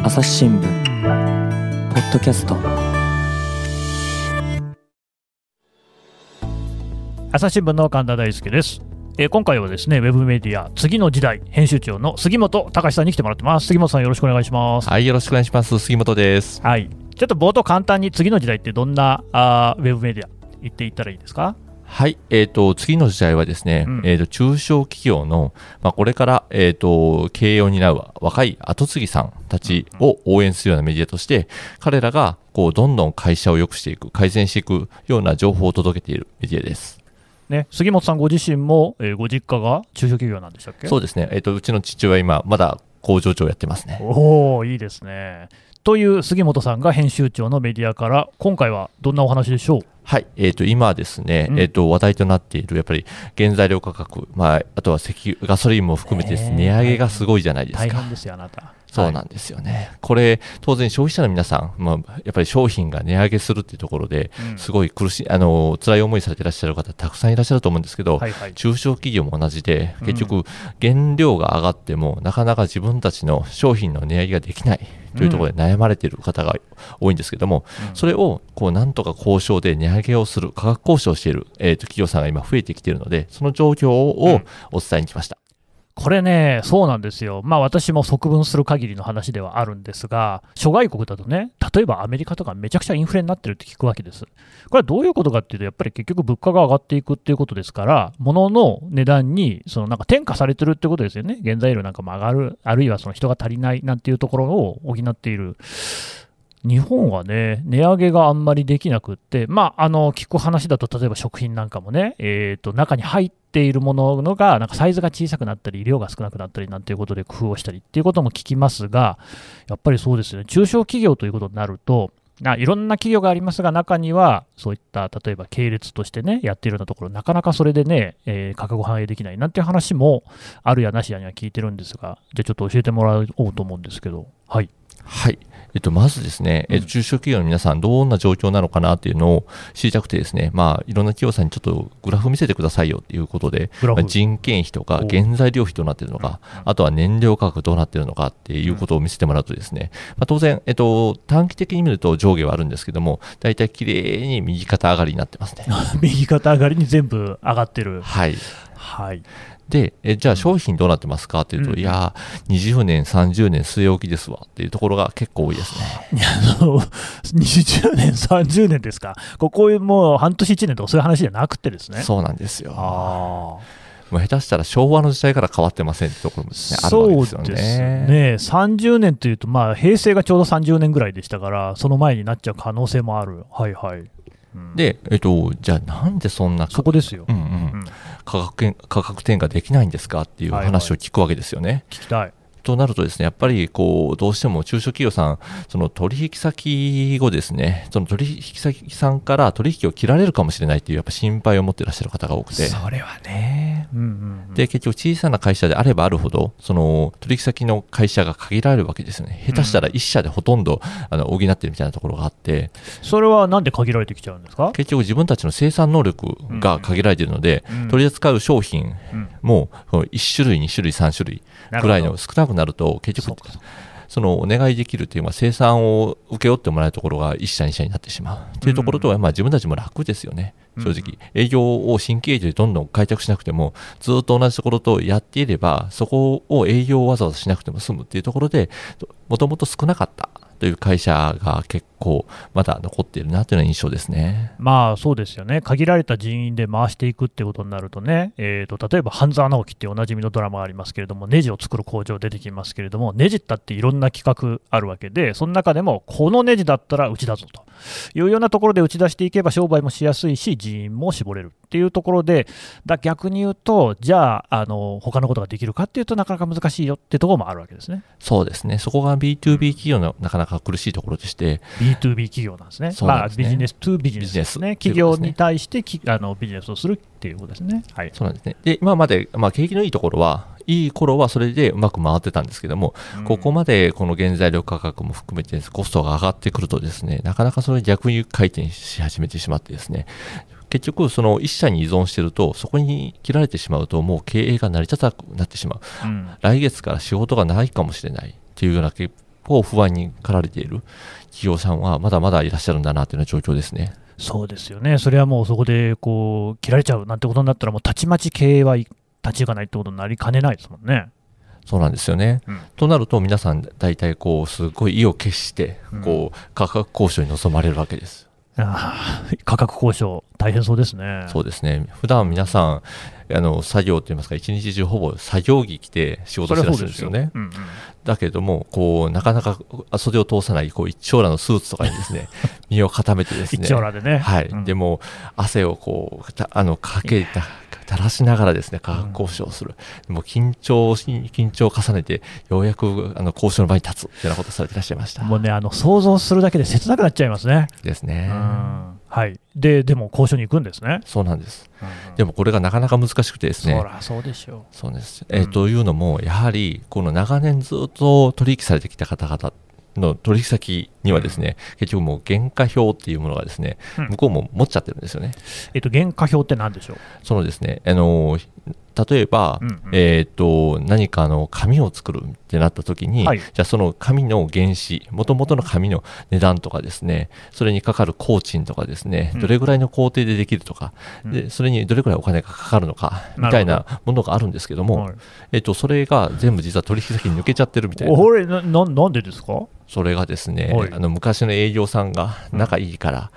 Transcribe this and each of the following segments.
朝日新聞ポッドキャスト。 朝日新聞の神田大輔です。今回はですね、ウェブメディア次の時代編集長の杉本隆さんに来てもらってます。杉本さん、よろしくお願いします。 はい、よろしくお願いします。杉本です。 はい、ちょっと冒頭簡単に次の時代ってどんなウェブメディア言っていったらいいですか？ はい、次の時代はですね、中小企業の、これから、経営を担う若い後継ぎさんたちを応援するようなメディアとして、彼らがこうどんどん会社を良くしていく、改善していくような情報を届けているメディアです。 ね、杉本さんご自身も、ご実家が中小企業なんでしたっけ？ そうですね、うちの父親今まだ工場長やってますね。 おー、いいですね。という杉本さんが編集長のメディアから、今回はどんなお話でしょう？ はい、今ですね、話題となっているやっぱり原材料価格、あとはガソリンも含めてです、値上げがすごいじゃないですか。 大変ですよ、あなた。 そうなんですよね。これ当然消費者の皆さん、やっぱり商品が値上げするっていうところで、すごい辛い思いされていらっしゃる方たくさんいらっしゃると思うんですけど、中小企業も同じで、結局原料が上がってもなかなか自分たちの商品の値上げができないというところで悩まれている方が多いんですけども、それをこうなんとか交渉で値上げをする、価格交渉をしている、企業さんが今増えてきているので、その状況をお伝えに来ました。 これね、そうなんですよ。私も側聞する限りの話ではあるんですが、諸外国だとね、例えばアメリカとかめちゃくちゃインフレになってるって聞くわけです。これはどういうことかっていうと、やっぱり結局物価が上がっていくっていうことですから、物の値段になんか転嫁されてるってことですよね。原材料なんかも上がる、あるいはその人が足りないなんていうところを補っている。日本はね、値上げがあんまりできなくって、聞く話だと、例えば食品なんかもね、中に入っているものが、なんかサイズが小さくなったり、量が少なくなったりなんていうことで工夫をしたりっていうことも聞きますが、やっぱりそうですよね、中小企業ということになると、いろんな企業がありますが、中にはそういった例えば系列としてね、やっているようなところ、なかなかそれでね、価格を反映できないなんていう話も、あるやなしやには聞いてるんですが、じゃあちょっと教えてもらおうと思うんですけど、はい。 はい。まずですね、中小企業の皆さんどんな状況なのかなっていうのを知りたくてですね、いろんな企業さんにちょっとグラフ見せてくださいよということで、人件費とか原材料費どうなっているのか、あとは燃料価格どうなっているのかっていうことを見せてもらうとですね、当然、短期的に見ると上下はあるんですけども、だいたいきれいに右肩上がりになってますね。 右肩上がりに全部上がってる。 はい。 はい。 で、じゃあ商品どうなってますかっていうと、いや20年、30年据え置きですわっていうところが結構多いですね。 20年、30年ですか。こういうもう半年1年とかそういう話じゃなくてですね。 そうなんですよ。もう下手したら昭和の時代から変わってませんってところもですね、あるわけですよね。 そうですね。30年というと、平成がちょうど30年ぐらいでしたから、その前になっちゃう可能性もある。はいはい。 で、じゃあなんでそんなそこですよ。 価格転嫁できないんですかっていう話を聞くわけですよね。 聞きたい。 となるとですね、やっぱりどうしても中小企業さん、その取引先後ですね、その取引先さんから取引を切られるかもしれないというやっぱ心配を持っていらっしゃる方が多くて、 それはね、 で結局小さな会社であればあるほど、その取引先の会社が限られるわけですよね。下手したら1社でほとんど補っているみたいなところがあって、 それはなんで限られてきちゃうんですか？ 結局自分たちの生産能力が限られているので、取り扱う商品も1種類、2種類、3種類くらいの少なくなると、結局そのお願いできるという生産を請け負ってもらえるところが1社2社になってしまうというところとは、自分たちも楽ですよね。正直営業を新規営業でどんどん開拓しなくても、ずっと同じところとやっていれば、そこを営業をわざわざしなくても済むっていうところで、もともと少なかったという会社が結構まだ残っているなというような印象ですね。 そうですよね。限られた人員で回していくってことになるとね、例えば半沢直樹っておなじみのドラマがありますけれども、ネジを作る工場出てきますけれども、ネジったっていろんな企画あるわけで、その中でもこのネジだったらうちだぞというようなところで打ち出していけば商売もしやすいし、人員も絞れるっていうところで、逆に言うと、じゃあ他のことができるかっていうとなかなか難しいよってところもあるわけですね。 そうですね。そこが B2B 企業のなかなか苦しいところでして、 B2B 企業なんですね。ビジネスto ビジネスですね。企業に対してビジネスをするっていうことですね。はい。 そうなんですね。で、今まで、景気のいいところはいい頃はそれでうまく回ってたんですけども、ここまでこの原材料価格も含めてコストが上がってくるとですね、なかなかそれ逆に回転し始めてしまってですね、結局その一社に依存していると、そこに切られてしまうともう経営が成り立たなくなってしまう、来月から仕事がないかもしれないっていうような構不安に駆られている企業さんはまだまだいらっしゃるんだなというような状況ですね。 そうですよね、それはもうそこでこう切られちゃうなんてことになったら、もうたちまち経営は立ち行かないってことになりかねないですもんね。 そうなんですよね、 うん、 となると皆さん大体こうすごい意を決してこう価格交渉に臨まれるわけです。 価格交渉大変そうですね。 そうですね、普段皆さん作業といいますか一日中ほぼ作業着着て仕事してらっしゃるんですよね。だけれどもこうなかなか袖を通さないこう一張羅のスーツとかにですね身を固めてですね一張羅でね、 はい、でも汗をこうかけた垂らしながらですね価格交渉をする、もう緊張を重ねてようやく交渉の場に立つというようなことをされていらっしゃいました。 もうね想像するだけで切なくなっちゃいますね。 ですね。 はい、でも交渉に行くんですね。 そうなんです、でもこれがなかなか難しくてですね。 そらそうでしょう。 そうです、というのもやはりこの長年ずっと取引されてきた方々の取引先にはですね、結局もう原価表っていうものがですね、向こうも持っちゃってるんですよね。 原価表って何でしょう。 そのですね例えば、何か紙を作るってなった時に、じゃあその紙の原子、もともとの紙の値段とかですね、それにかかる工賃とかですね、どれぐらいの工程でできるとか、でそれにどれぐらいお金がかかるのかみたいなものがあるんですけども、それが全部実は取引先に抜けちゃってるみたいな。 なんでですか。 それがですね、昔の営業さんが仲いいから、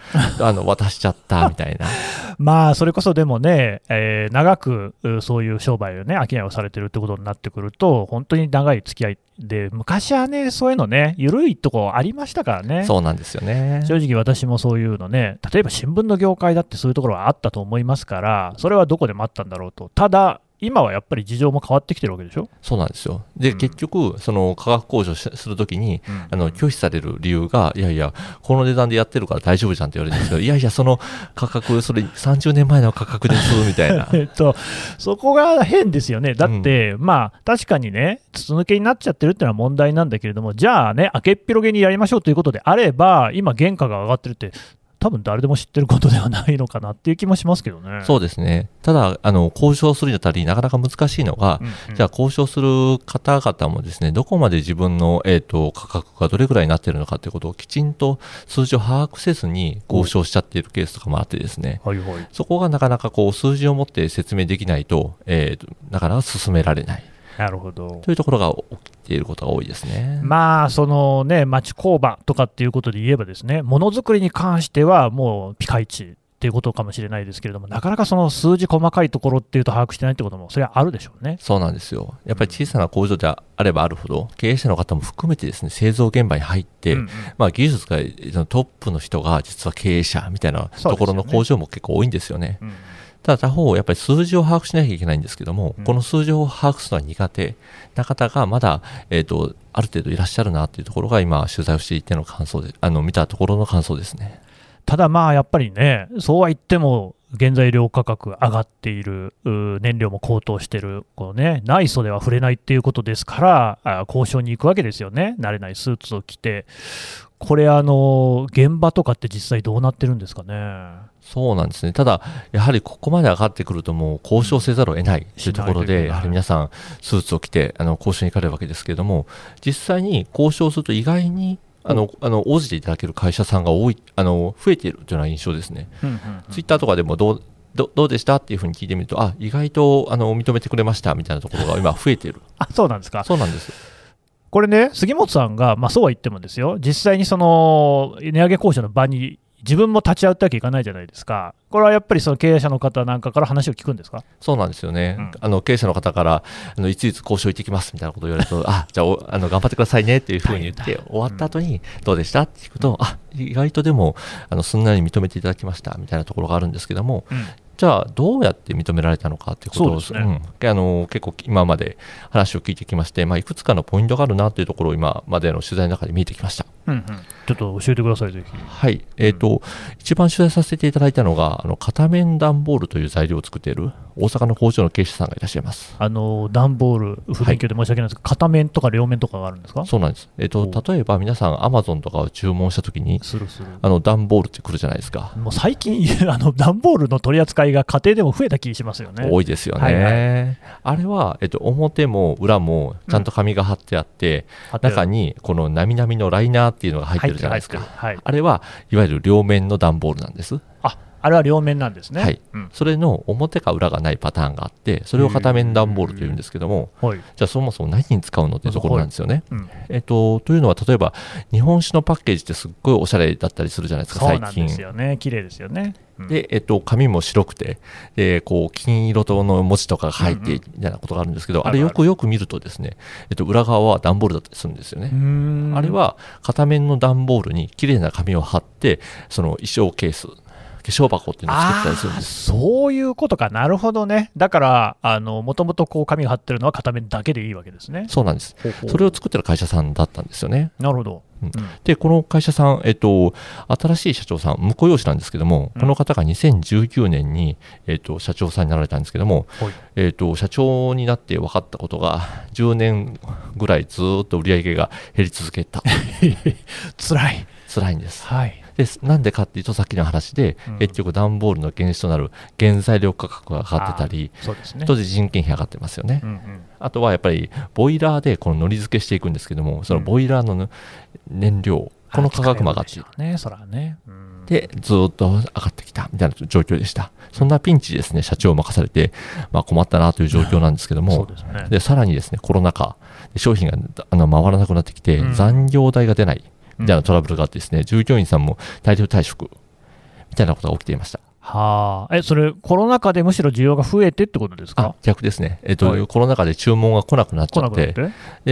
渡しちゃったみたいな。 まあそれこそでもね、長くそういう商売をね商いをされてるってことになってくると本当に長い付き合いで、昔はねそういうのね緩いとこありましたからね。 そうなんですよね。 正直私もそういうのね、例えば新聞の業界だってそういうところはあったと思いますから、それはどこでもあったんだろうと。ただ今はやっぱり事情も変わってきてるわけでしょ。 そうなんですよ。で、結局その価格交渉するときに、拒否される理由が、いやいやこの値段でやってるから大丈夫じゃんって言われるんですけど、いやいやその価格それ30年前の価格ですみたいなそこが変ですよね。だって、まあ確かにね筒抜けになっちゃってるっていうのは問題なんだけれども、じゃあね明けっぴろげにやりましょうということであれば、今原価が上がってるって多分誰でも知ってることではないのかなっていう気もしますけどね。 そうですね。ただ交渉するにあたりなかなか難しいのが、じゃあ交渉する方々もですねどこまで自分の、価格がどれぐらいになっているのかということをきちんと数字を把握せずに交渉しちゃっているケースとかもあってですね、そこがなかなかこう数字を持って説明できないと、なかなか進められない。 なるほど。 というところが起きていることが多いですね。 まあそのね町工場とかっていうことで言えばですね、ものづくりに関してはもうピカイチっていうことかもしれないですけれども、なかなかその数字細かいところっていうと把握してないってこともそれはあるでしょうね。 そうなんですよ。やっぱり小さな工場であればあるほど経営者の方も含めてですね製造現場に入って、技術がトップの人が実は経営者みたいなところの工場も結構多いんですよね。ただ他方やっぱり数字を把握しなきゃいけないんですけども、この数字を把握するのは苦手な方がまだ、ある程度いらっしゃるなというところが今取材をしていての感想で見たところの感想ですね。 ただまあやっぱりねそうは言っても原材料価格上がっている、燃料も高騰している、このね内装では触れないっていうことですから交渉に行くわけですよね。慣れないスーツを着て。これ現場とかって実際どうなってるんですかね。 そうなんですね。ただやはりここまで上がってくるともう交渉せざるを得ないというところで、やはり皆さんスーツを着て交渉に行かれるわけですけれども、実際に交渉すると意外に応じていただける会社さんが増えているというような印象ですね。ツイッターとかでもどうでしたっていうふうに聞いてみると、意外と認めてくれましたみたいなところが今増えている。 そうなんですか。 そうなんです。 これね杉本さんが、そうは言ってもですよ、実際にその値上げ交渉の場に自分も立ち会ってわけいかないじゃないですか。これはやっぱりその経営者の方なんかから話を聞くんですか。 そうなんですよね。経営者の方からいついつ交渉行ってきますみたいなことを言われるとじゃあ頑張ってくださいねっていうふうに言って終わった後にどうでしたって聞くと、意外とでもすんなり認めていただきましたみたいなところがあるんですけども、じゃあどうやって認められたのかということを、結構今まで話を聞いてきまして、いくつかのポイントがあるなというところを今までの取材の中で見えてきました。 ちょっと教えてくださいぜひ。 はい、一番取材させていただいたのが片面段ボールという材料を作っている大阪の工場の経営者さんがいらっしゃいます。 段ボール不勉強で申し訳ないですが、片面とか両面とかがあるんですか。 そうなんです。例えば皆さんアマゾンとかを注文したときに段ボールって来るじゃないですか。 もう最近段ボールの取り扱い合が家庭でも増えた気しますよね。 多いですよね。 はいはい、 あれは、表も裏もちゃんと紙が貼ってあって、中にこのなみなみのライナーっていうのが入ってるじゃないですか。 はい、 あれはいわゆる両面の段ボールなんです。 あれは両面なんですね。 はい、それの表か裏がないパターンがあって、それを片面段ボールというんですけども、じゃあそもそも何に使うのっていうところなんですよね。というのは、例えば日本酒のパッケージってすっごいおしゃれだったりするじゃないですか、最近。 そうなんですよね、綺麗ですよね。 で、紙も白くて、こう金色との文字とかが入ってみたいなことがあるんですけど、あれよくよく見るとですね、裏側は段ボールだったりするんですよね。あれは片面の段ボールに綺麗な紙を貼って、その衣装ケース、化粧箱っていうのを作ってたりするんです。 そういうことか、なるほどね。だからもともと紙が貼ってるのは片面だけでいいわけですね。 そうなんです。それを作ってる会社さんだったんですよね。 なるほど。 でこの会社さん、新しい社長さん、婿養子なんですけども、この方が2019年に、社長さんになられたんですけども、社長になって分かったことが、10年ぐらいずっと売り上げが減り続けた。辛いんです。なんでかっていうと、さっきの話で、結局段ボールの原資となる原材料価格が上がってたり、当時人件費上がってますよね。あとはやっぱりボイラーでこののり付けしていくんですけども、そのボイラーの燃料、この価格も上がっている。でずっと上がってきたみたいな状況でした。そんなピンチですね、社長を任されて、困ったなという状況なんですけども、でさらにですね、コロナ禍で商品が回らなくなってきて、残業代が出ないみたいなトラブルがあってですね、従業員さんも大量退職みたいなことが起きていました。 それコロナ禍でむしろ需要が増えてってことですか？ 逆ですね。コロナ禍で注文が来なくなっちゃって、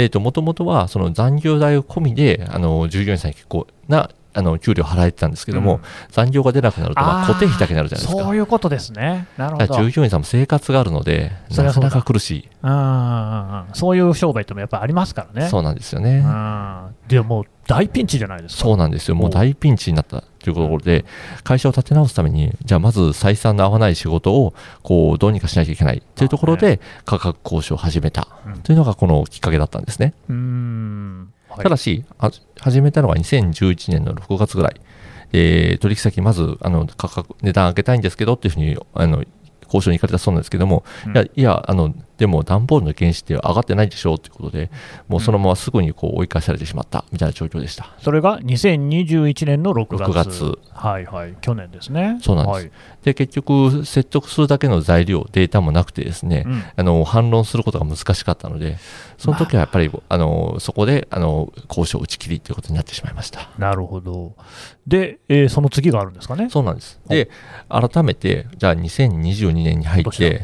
もともとはその残業代込みで従業員さんに結構な給料払えてたんですけども、残業が出なくなると固定費だけになるじゃないですか。 そういうことですね。なるほど。 従業員さんも生活があるので、なかなか苦しい。 そういう商売ってもやっぱりありますからね。 そうなんですよね。 でも大ピンチじゃないですか。 そうなんですよ。もう大ピンチになったというところで、会社を立て直すために、じゃあまず採算の合わない仕事をどうにかしなきゃいけないというところで、価格交渉を始めたというのがこのきっかけだったんですね。ただし、始めたのは2011年の6月ぐらい。取引先、まず値段上げたいんですけどっていうふうに交渉に行かれたそうなんですけども、でも段ボールの原資って上がってないでしょうということで、もうそのまますぐに追い返されてしまったみたいな状況でした。 それが2021年の6月。去年ですね。 そうなんです。で、結局、説得するだけの材料、データもなくてですね、反論することが難しかったので、その時はやっぱり、そこで交渉打ち切りということになってしまいました。 なるほど。で、その次があるんですかね。 そうなんです。で、改めて、じゃあ2022年に入って、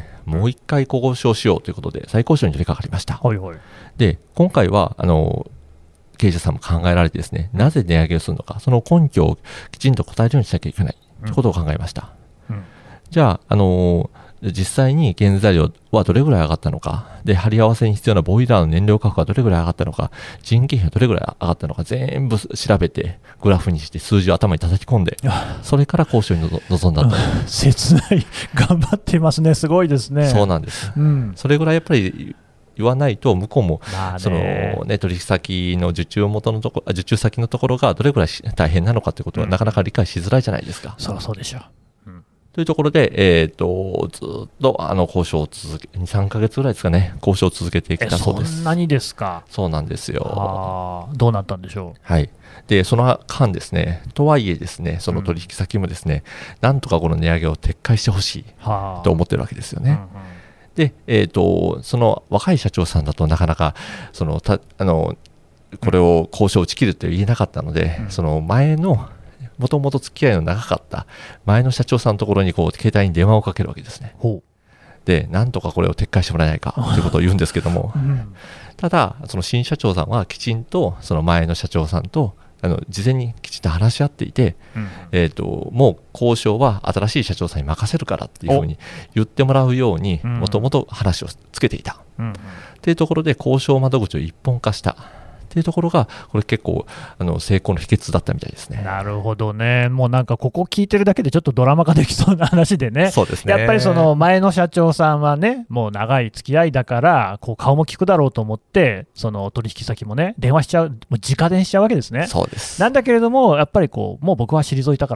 もう一回交渉しようということで、再交渉に取り掛かりました。で、今回は、経営者さんも考えられてですね、なぜ値上げをするのか、その根拠をきちんと答えるようにしなきゃいけないということを考えました。じゃあ、実際に原材料はどれぐらい上がったのか、で、貼り合わせに必要なボイラーの燃料価格はどれぐらい上がったのか、人件費はどれぐらい上がったのか、全部調べて、グラフにして数字を頭に叩き込んで、それから交渉に臨んだと。 切ない。頑張ってますね。すごいですね。 そうなんです。それぐらいやっぱり、言わないと向こうも取引先の受注先のところがどれぐらい大変なのかということはなかなか理解しづらいじゃないですか。 そうでしょう。 というところで、ずっと交渉を続け、2、3ヶ月ぐらいですかね、交渉を続けてきたそうです。 そんなにですか。 そうなんですよ。 どうなったんでしょう。で、その間ですね、とはいえですね、その取引先もですね、なんとかこの値上げを撤回してほしいと思ってるわけですよね。で、その若い社長さんだとなかなかこれを交渉を打ち切るって言えなかったので、その前のもともと付き合いの長かった前の社長さんのところに携帯に電話をかけるわけですね。で、なんとかこれを撤回してもらえないかということを言うんですけども、ただその新社長さんはきちんとその前の社長さんと事前にきちんと話し合っていて、もう交渉は新しい社長さんに任せるからっていうふうに言ってもらうようにもともと話をつけていたっていうところで、交渉窓口を一本化したっていうところが、これ結構成功の秘訣だったみたいですね。 なるほどね。もうなんかここ聞いてるだけでちょっとドラマ化できそうな話でね。 そうですね。 やっぱりその前の社長さんはね、もう長い付き合いだから顔も利くだろうと思って、その取引先もね電話しちゃう、もう直電しちゃうわけですね。 そうです。 なんだけれどもやっぱりもう僕は退いたからと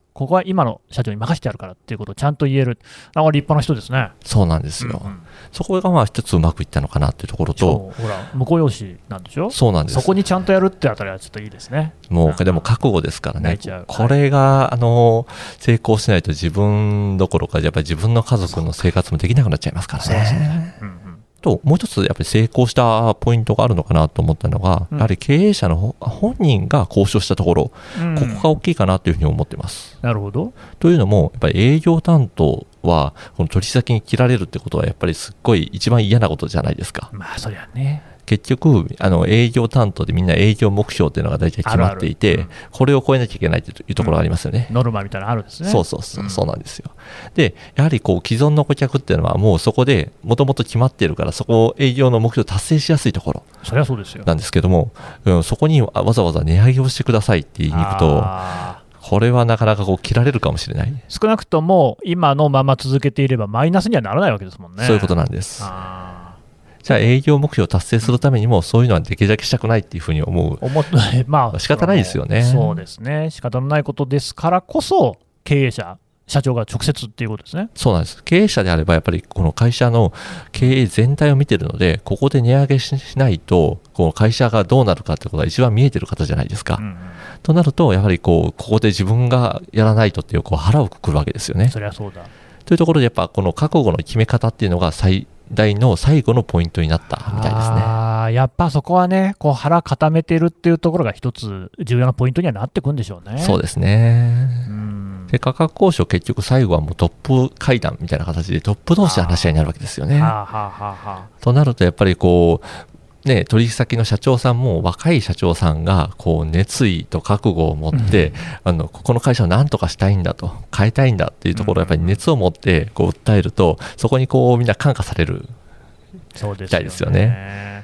ここは今の社長に任せてやるからっていうことをちゃんと言える、なんか立派な人ですね。 そうなんですよ、そこがまあ一つうまくいったのかなっていうところと、 ほら婿養子なんでしょ。 そうなんです。 そこにちゃんとやるってあたりはちょっといいですね。 もうでも覚悟ですからね。これが成功しないと自分どころかやっぱり自分の家族の生活もできなくなっちゃいますからね。ともう一つやっぱり成功したポイントがあるのかなと思ったのが、やはり経営者の本人が交渉したところ、ここが大きいかなというふうに思っています。 なるほど。 というのもやっぱり営業担当はこの取引先に切られるってことはやっぱりすっごい一番嫌なことじゃないですか。 まあそりゃね。 結局営業担当でみんな営業目標っていうのが大体決まっていて、これを超えなきゃいけないというところがありますよね。 ノルマみたいなのあるんですね。 そうなんですよ。でやはりこう既存の顧客っていうのはもうそこでもともと決まっているから、そこを営業の目標を達成しやすいところなんですけども、そこにわざわざ値上げをしてくださいって言いに行くと、これはなかなかこう切られるかもしれない。 少なくとも今のまま続けていればマイナスにはならないわけですもんね。 そういうことなんです。じゃあ営業目標を達成するためにもそういうのはできるだけしたくないっていうふうに思う。まあ仕方ないですよね。 そうですね。仕方のないことですからこそ経営者、社長が直接っていうことですね。 そうなんです。経営者であればやっぱりこの会社の経営全体を見てるので、ここで値上げしないとこの会社がどうなるかってことが一番見えてる方じゃないですか。となるとやはりここで自分がやらないとっていう腹をくくるわけですよね。 そりゃそうだ。 というところでやっぱこの覚悟の決め方っていうのが最大の最後のポイントになったみたいですね。 やっぱそこはね、こう腹固めてるっていうところが一つ重要なポイントにはなってくるんでしょうね。 そうですね。で価格交渉結局最後はもうトップ会談みたいな形でトップ同士で話し合いになるわけですよね。となるとやっぱりこう取引先の社長さんも若い社長さんがこう熱意と覚悟を持って、ここの会社を何とかしたいんだと変えたいんだっていうところをやっぱり熱を持ってこう訴えると、そこにこうみんな感化されるみたいですよね。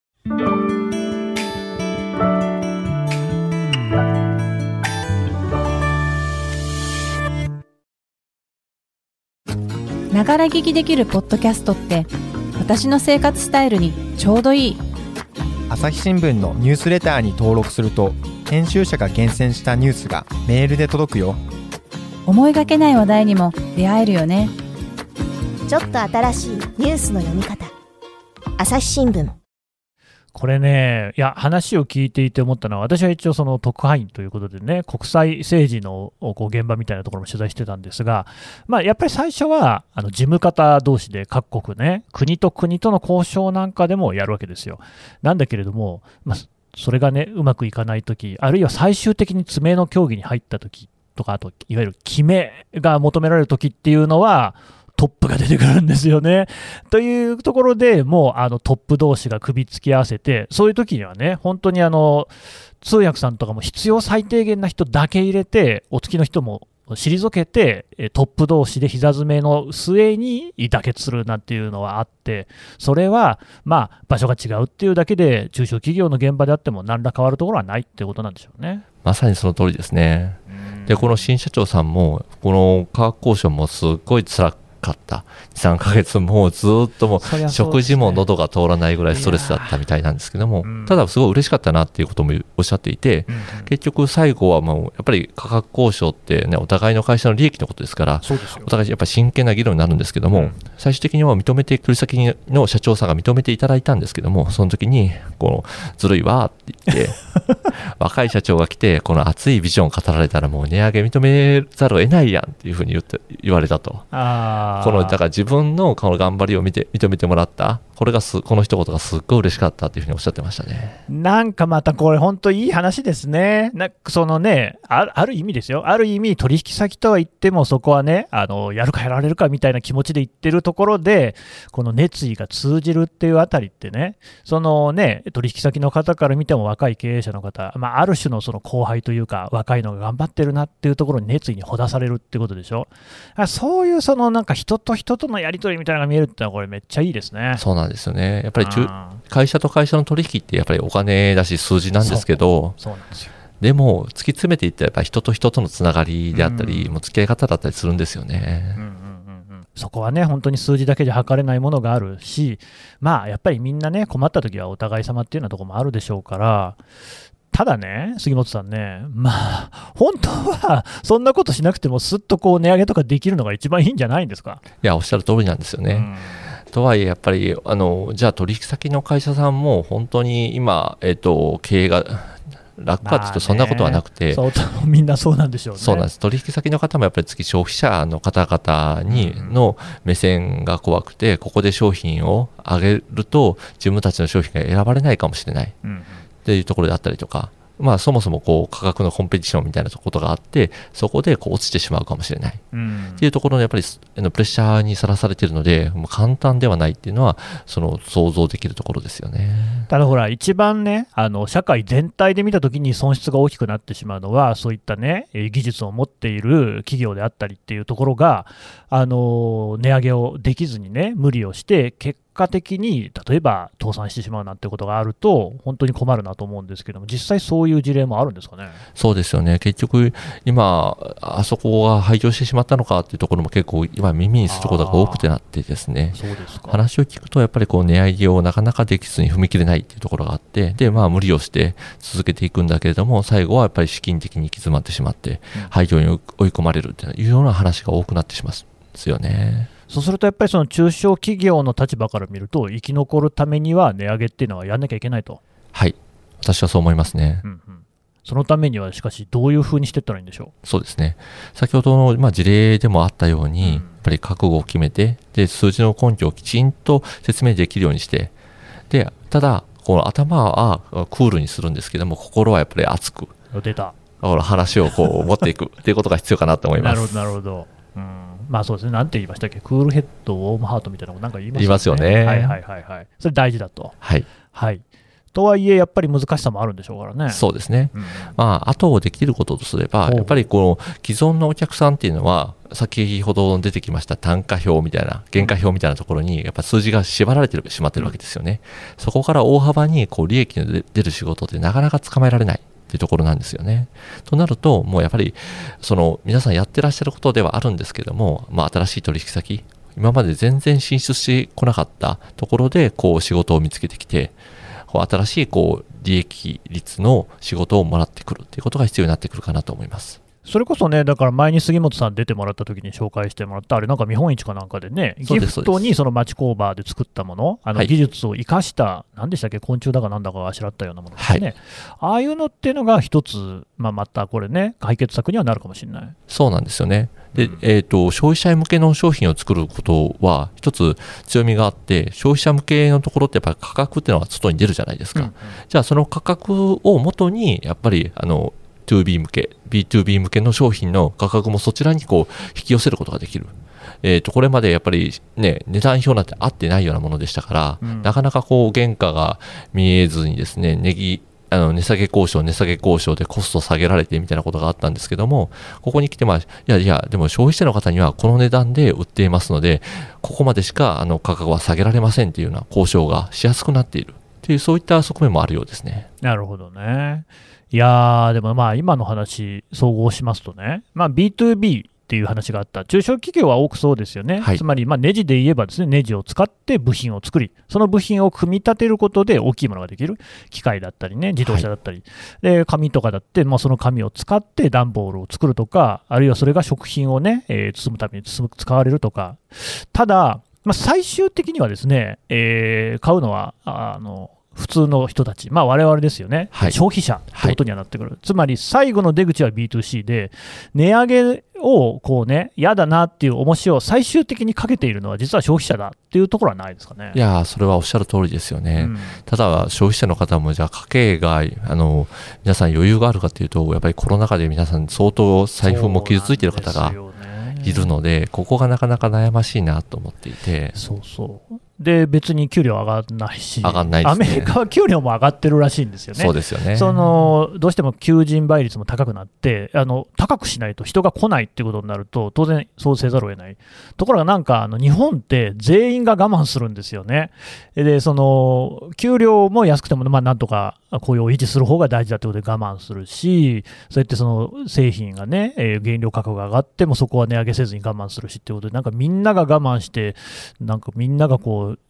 ながら聞きできるポッドキャストって私の生活スタイルにちょうどいい。 朝日新聞のニュースレターに登録すると編集者が厳選したニュースがメールで届くよ。 思いがけない話題にも出会えるよね。 ちょっと新しいニュースの読み方。朝日新聞。 これね、いや話を聞いていて思ったのは、私は一応その特派員ということでね、国際政治のこう現場みたいなところも取材してたんですが、やっぱり最初は事務方同士で各国ね、国と国との交渉なんかでもやるわけですよ。なんだけれども、それがねうまくいかないとき、あるいは最終的に詰めの協議に入ったときとか、あといわゆる決めが求められるときっていうのはトップが出てくるんですよね。というところでもうトップ同士が首突き合わせて、そういう時にはね、本当に通訳さんとかも必要最低限な人だけ入れて、お付きの人も退けて、トップ同士で膝詰めの末に妥結するなんていうのはあって、それは場所が違うっていうだけで、中小企業の現場であっても何ら変わるところはないっていうことなんでしょうね。 まさにその通りですね。でこの新社長さんもこの価格交渉もすっごい辛かった2、3ヶ月もうずっともう食事も喉が通らないぐらいストレスだったみたいなんですけども、ただすごい嬉しかったなっていうこともおっしゃっていて、結局最後はもうやっぱり価格交渉ってね、お互いの会社の利益のことですから、お互いやっぱり真剣な議論になるんですけども、最終的には認めて取り先の社長さんが認めていただいたんですけども、その時にこのずるいわって言って若い社長が来てこの熱いビジョンを語られたらもう値上げ認めざるを得ないやんっていうふうに言われたと。だから自分のこの頑張りを認めてもらった、この一言がすっごい嬉しかったというふうにおっしゃってましたね。 なんかまたこれ本当いい話ですね。そのね、ある意味ですよ、ある意味取引先とは言ってもそこはね、やるかやられるかみたいな気持ちで言ってるところで、この熱意が通じるっていうあたりってね、そのね、取引先の方から見ても若い経営者の方、ある種のその後輩というか若いのが頑張ってるなっていうところに熱意にほだされるってことでしょ。そういうそのなんか人と人とのやり取りみたいなのが見えるってのはこれめっちゃいいですね。 そうなんですよね。やっぱり会社と会社の取引ってやっぱりお金だし数字なんですけど、 そうなんですよ。 でも突き詰めていったらやっぱり人と人とのつながりであったり、もう付き合い方だったりするんですよね。 そこはね本当に数字だけじゃ測れないものがあるし、やっぱりみんなね困った時はお互い様っていうようなところもあるでしょうから、 ただね、杉本さんね、まあ、本当はそんなことしなくても、すっとこう値上げとかできるのが一番いいんじゃないんですか。 いや、おっしゃる通りなんですよね。とはいえ、やっぱりじゃあ、取引先の会社さんも本当に今、経営が楽かというと、そんなことはなくて、 みんなそうなんでしょうね。 そうなんです。取引先の方もやっぱり次、消費者の方々の目線が怖くて、ここで商品を上げると、自分たちの商品が選ばれないかもしれないっていうところであったりとか、まあ、そもそもこう価格のコンペティションみたいなことがあって、そこでこう落ちてしまうかもしれないっていうところのやっぱりプレッシャーにさらされているので、もう簡単ではないっていうのは、その想像できるところですよね。 ただほら、一番ね、社会全体で見たときに損失が大きくなってしまうのは、そういったね、技術を持っている企業であったりっていうところが、値上げをできずにね、無理をして、結果的に例えば倒産してしまうなんてことがあると、本当に困るなと思うんですけども、実際そういう事例もあるんですかね。 そうですよね。結局、今、あそこが廃業してしまったのかっていうところも結構、今、耳にすることが多くてなってですね、 そうですか。 話を聞くと、やっぱりこう値上げをなかなかできずに踏み切れないっていうところがあって、で、まあ、無理をして続けていくんだけれども、最後はやっぱり資金的に行き詰まってしまって、廃業に追い込まれるというような話が多くなってしまうんですよね。 そうするとやっぱりその中小企業の立場から見ると、生き残るためには値上げっていうのはやんなきゃいけないと。 はい、私はそう思いますね。 そのためにはしかしどういうふうにしていったらいいんでしょう。 そうですね。先ほどの、事例でもあったように、やっぱり覚悟を決めて、で数字の根拠をきちんと説明できるようにして、でただこの頭はクールにするんですけども、心はやっぱり熱く、 出た話をこう持っていくっていうことが必要かなと思います。 なるほど。まあそうですね、なんて言いましたっけ、クールヘッド、ウォームハートみたいなのなんか言いますよね。 言いますよね。 はい。それ大事だと。 はい。 とはいえ、やっぱり難しさもあるんでしょうからね。 そうですね。あとできることとすれば、やっぱりこの既存のお客さんっていうのは、先ほど出てきました単価表みたいな、原価表みたいなところに、やっぱ数字が縛られてしまってるわけですよね。そこから大幅にこう利益の出る仕事ってなかなか捕まえられない。っていうところなんですよね。となると、もうやっぱり皆さんやってらっしゃることではあるんですけども、新しい取引先、今まで全然進出してこなかったところでこう仕事を見つけてきて、新しい利益率の仕事をもらってくるっていうことが必要になってくるかなと思います。 それこそね、だから前に杉本さん出てもらった時に紹介してもらった、あれなんか見本市かなんかでね、ギフトにその町工場で作ったもの、技術を生かした、何でしたっけ、昆虫だかなんだかがあしらったようなものですね、ああいうのっていうのが一つ、またこれね、解決策にはなるかもしれない。 そうなんですよね。で、消費者向けの商品を作ることは一つ強みがあって、消費者向けのところってやっぱり価格っていうのが外に出るじゃないですか。じゃあその価格をもとにやっぱり2B 向け、B2B 向けの商品の価格もそちらにこう引き寄せることができる。これまでやっぱりね、値段表なんて合ってないようなものでしたから、なかなかこう原価が見えずにですね、値下げ交渉でコスト下げられてみたいなことがあったんですけども、ここに来ていや、でも消費者の方にはこの値段で売っていますので、ここまでしか価格は下げられませんっていうような交渉がしやすくなっているっていう、そういった側面もあるようですね。 なるほどね。いやー、でも今の話、総合しますとね、B2B っていう話があった、中小企業は多くそうですよね、つまりネジで言えばですね、ネジを使って部品を作り、その部品を組み立てることで大きいものができる、機械だったりね、自動車だったり、で紙とかだって、その紙を使って段ボールを作るとか、あるいはそれが食品をね、包むために使われるとか、ただ、最終的にはですね、買うのは普通の人たち、我々ですよね、消費者ってことにはなってくる、つまり最後の出口は B2C で、値上げを嫌だなっていう重しを最終的にかけているのは、実は消費者だっていうところはないですかね。 いや、それはおっしゃる通りですよね。ただ、消費者の方も、じゃあ、家計が皆さん余裕があるかというと、やっぱりコロナ禍で皆さん、相当財布も傷ついている方がいるので、ここがなかなか悩ましいなと思っていて。 で別に給料上がらないし、 上がんないですね、 アメリカは給料も上がってるらしいんですよね。 そうですよね。 どうしても求人倍率も高くなって、高くしないと人が来ないっていうことになると、当然そうせざるを得ない。ところが日本って全員が我慢するんですよね。で給料も安くてもなんとか雇用を維持する方が大事だということで我慢するし、そうやって製品がね、原料価格が上がってもそこは値上げせずに我慢するしっていうことで、みんなが我慢して、みんなが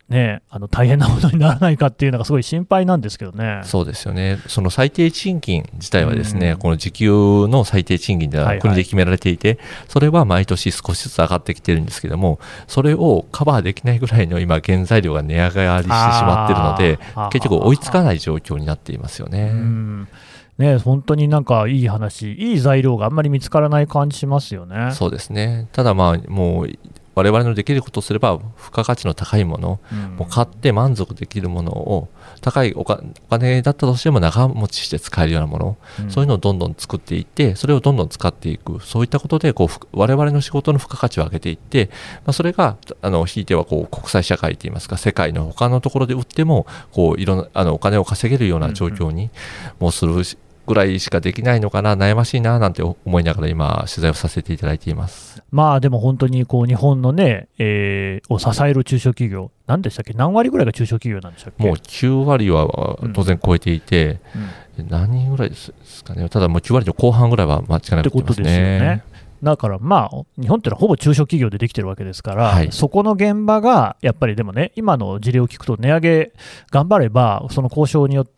ね、大変なことにならないかっていうのがすごい心配なんですけどね。 そうですよね。その最低賃金自体はですね、この時給の最低賃金では国で決められていて、それは毎年少しずつ上がってきてるんですけども、それをカバーできないぐらいの今原材料が値上がりしてしまっているので、結局追いつかない状況になっていますよね。 ね、本当になんかいい話、いい材料があんまり見つからない感じしますよね。 そうですね。ただもう我々のできることをすれば、付加価値の高いもの、もう買って満足できるものを、高いお金だったとしても長持ちして使えるようなもの、そういうのをどんどん作っていって、それをどんどん使っていく、そういったことで我々の仕事の付加価値を上げていって、それがひいては国際社会といいますか、世界の他のところで売ってもいろんなお金を稼げるような状況にもうするぐらいしかできないのかな、悩ましいななんて思いながら今取材をさせていただいています。 でも本当に日本のね、を支える中小企業、何でしたっけ、何割ぐらいが中小企業なんでしたっけ。 もう9割は当然超えていて、何人ぐらいですかね。ただもう9割の後半ぐらいは間違いなくてますね。ってことですよね。 だから日本ってのはほぼ中小企業でできてるわけですから、そこの現場がやっぱりでもね、今の事例を聞くと値上げ頑張ればその交渉によって、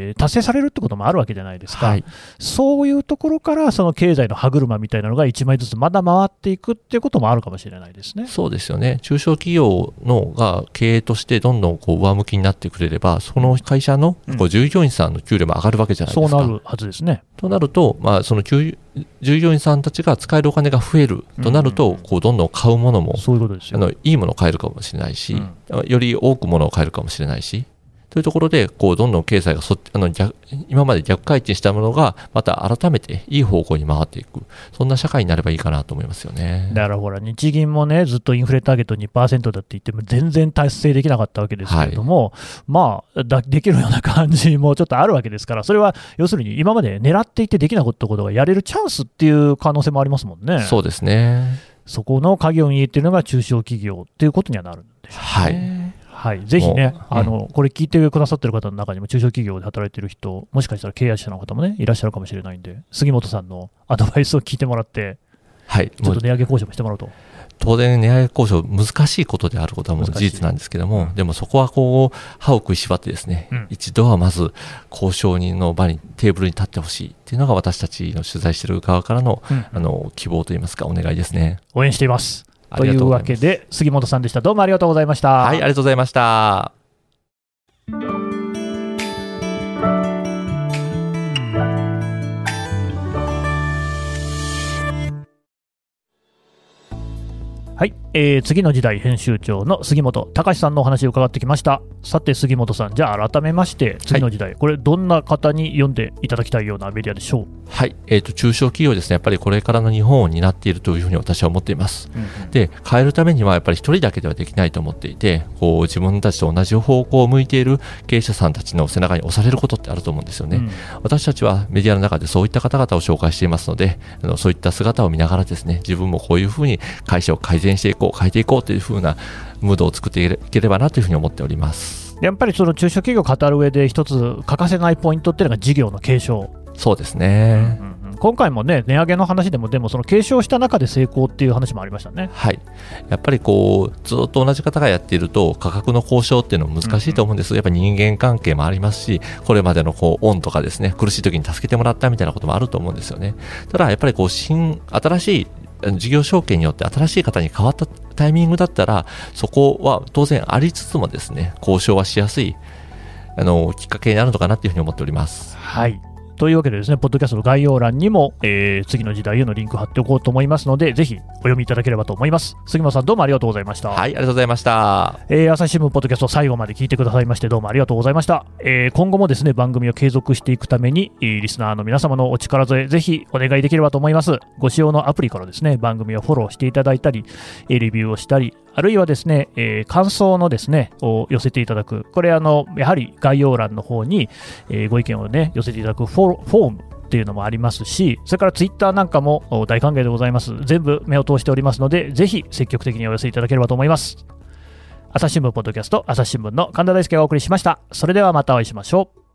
達成されるってこともあるわけじゃないですか、そういうところからその経済の歯車みたいなのが1枚ずつまだ回っていくっていうこともあるかもしれないですね。 そうですよね。中小企業のが経営としてどんどん上向きになってくれれば、その会社の従業員さんの給料も上がるわけじゃないですか。 そうなるはずですね。 となると、その従業員さんたちが使えるお金が増えるとなると、どんどん買うものもそういうことですよ。 いいものを買えるかもしれないし、より多くものを買えるかもしれないし、というところでどんどん経済が今まで逆回転したものがまた改めていい方向に回っていく、そんな社会になればいいかなと思いますよね。 だからほら、日銀もね、ずっとインフレターゲット 2% だって言っても全然達成できなかったわけですけれども、できるような感じもちょっとあるわけですから、それは要するに今まで狙っていてできなかったことがやれるチャンスっていう可能性もありますもんね。 そうですね。 そこの鍵を握っているのが中小企業ということにはなるんでしょうね。ぜひね、これ聞いてくださってる方の中にも中小企業で働いてる人、もしかしたら経営者の方もねいらっしゃるかもしれないんで、杉本さんのアドバイスを聞いてもらって、ちょっと値上げ交渉もしてもらうと。 当然値上げ交渉難しいことであることはもう事実なんですけども、でもそこは歯を食いしばってですね、一度はまず交渉人の場にテーブルに立ってほしいっていうのが私たちの取材している側からの、希望といいますかお願いですね。 応援しています。というわけで杉本さんでした。どうもありがとうございました。 はい、ありがとうございました。 はい、次の時代編集長の杉本隆さんのお話を伺ってきました。さて杉本さん、じゃあ改めまして次の時代、これどんな方に読んでいただきたいようなメディアでしょう。 はい、中小企業ですね、やっぱりこれからの日本を担っているというふうに私は思っています、で変えるためにはやっぱり一人だけではできないと思っていて、自分たちと同じ方向を向いている経営者さんたちの背中に押されることってあると思うんですよね、私たちはメディアの中でそういった方々を紹介していますので、そういった姿を見ながらですね、自分もこういうふうに会社を改善していこう、変えていこうというふうなムードを作っていければなというふうに思っております。 やっぱりその中小企業を語る上で一つ欠かせないポイントっていうのが事業の継承。 そうですね、 今回もね値上げの話でもその継承した中で成功っていう話もありましたね。 はい、やっぱりずっと同じ方がやっていると価格の交渉っていうのも難しいと思うんです。やっぱり人間関係もありますし、これまでの恩とかですね、苦しい時に助けてもらったみたいなこともあると思うんですよね。ただやっぱり新しい事業承継によって新しい方に変わったタイミングだったら、そこは当然ありつつもですね、交渉はしやすいきっかけになるのかなというふうに思っております。 はい、というわけでですね、ポッドキャストの概要欄にも、次の時代へのリンク貼っておこうと思いますので、ぜひお読みいただければと思います。杉本さん、どうもありがとうございました。 はい、ありがとうございました。 朝日新聞ポッドキャスト最後まで聞いてくださいましてどうもありがとうございました。今後もですね番組を継続していくためにリスナーの皆様のお力添えぜひお願いできればと思います。ご使用のアプリからですね番組をフォローしていただいたりレビューをしたり、あるいはですね、感想のですねを寄せていただく、これやはり概要欄の方に、ご意見をね寄せていただくフォームっていうのもありますし、それからツイッターなんかも大歓迎でございます。全部目を通しておりますので、ぜひ積極的にお寄せいただければと思います。朝日新聞ポッドキャスト、朝日新聞の神田大輔がお送りしました。それではまたお会いしましょう。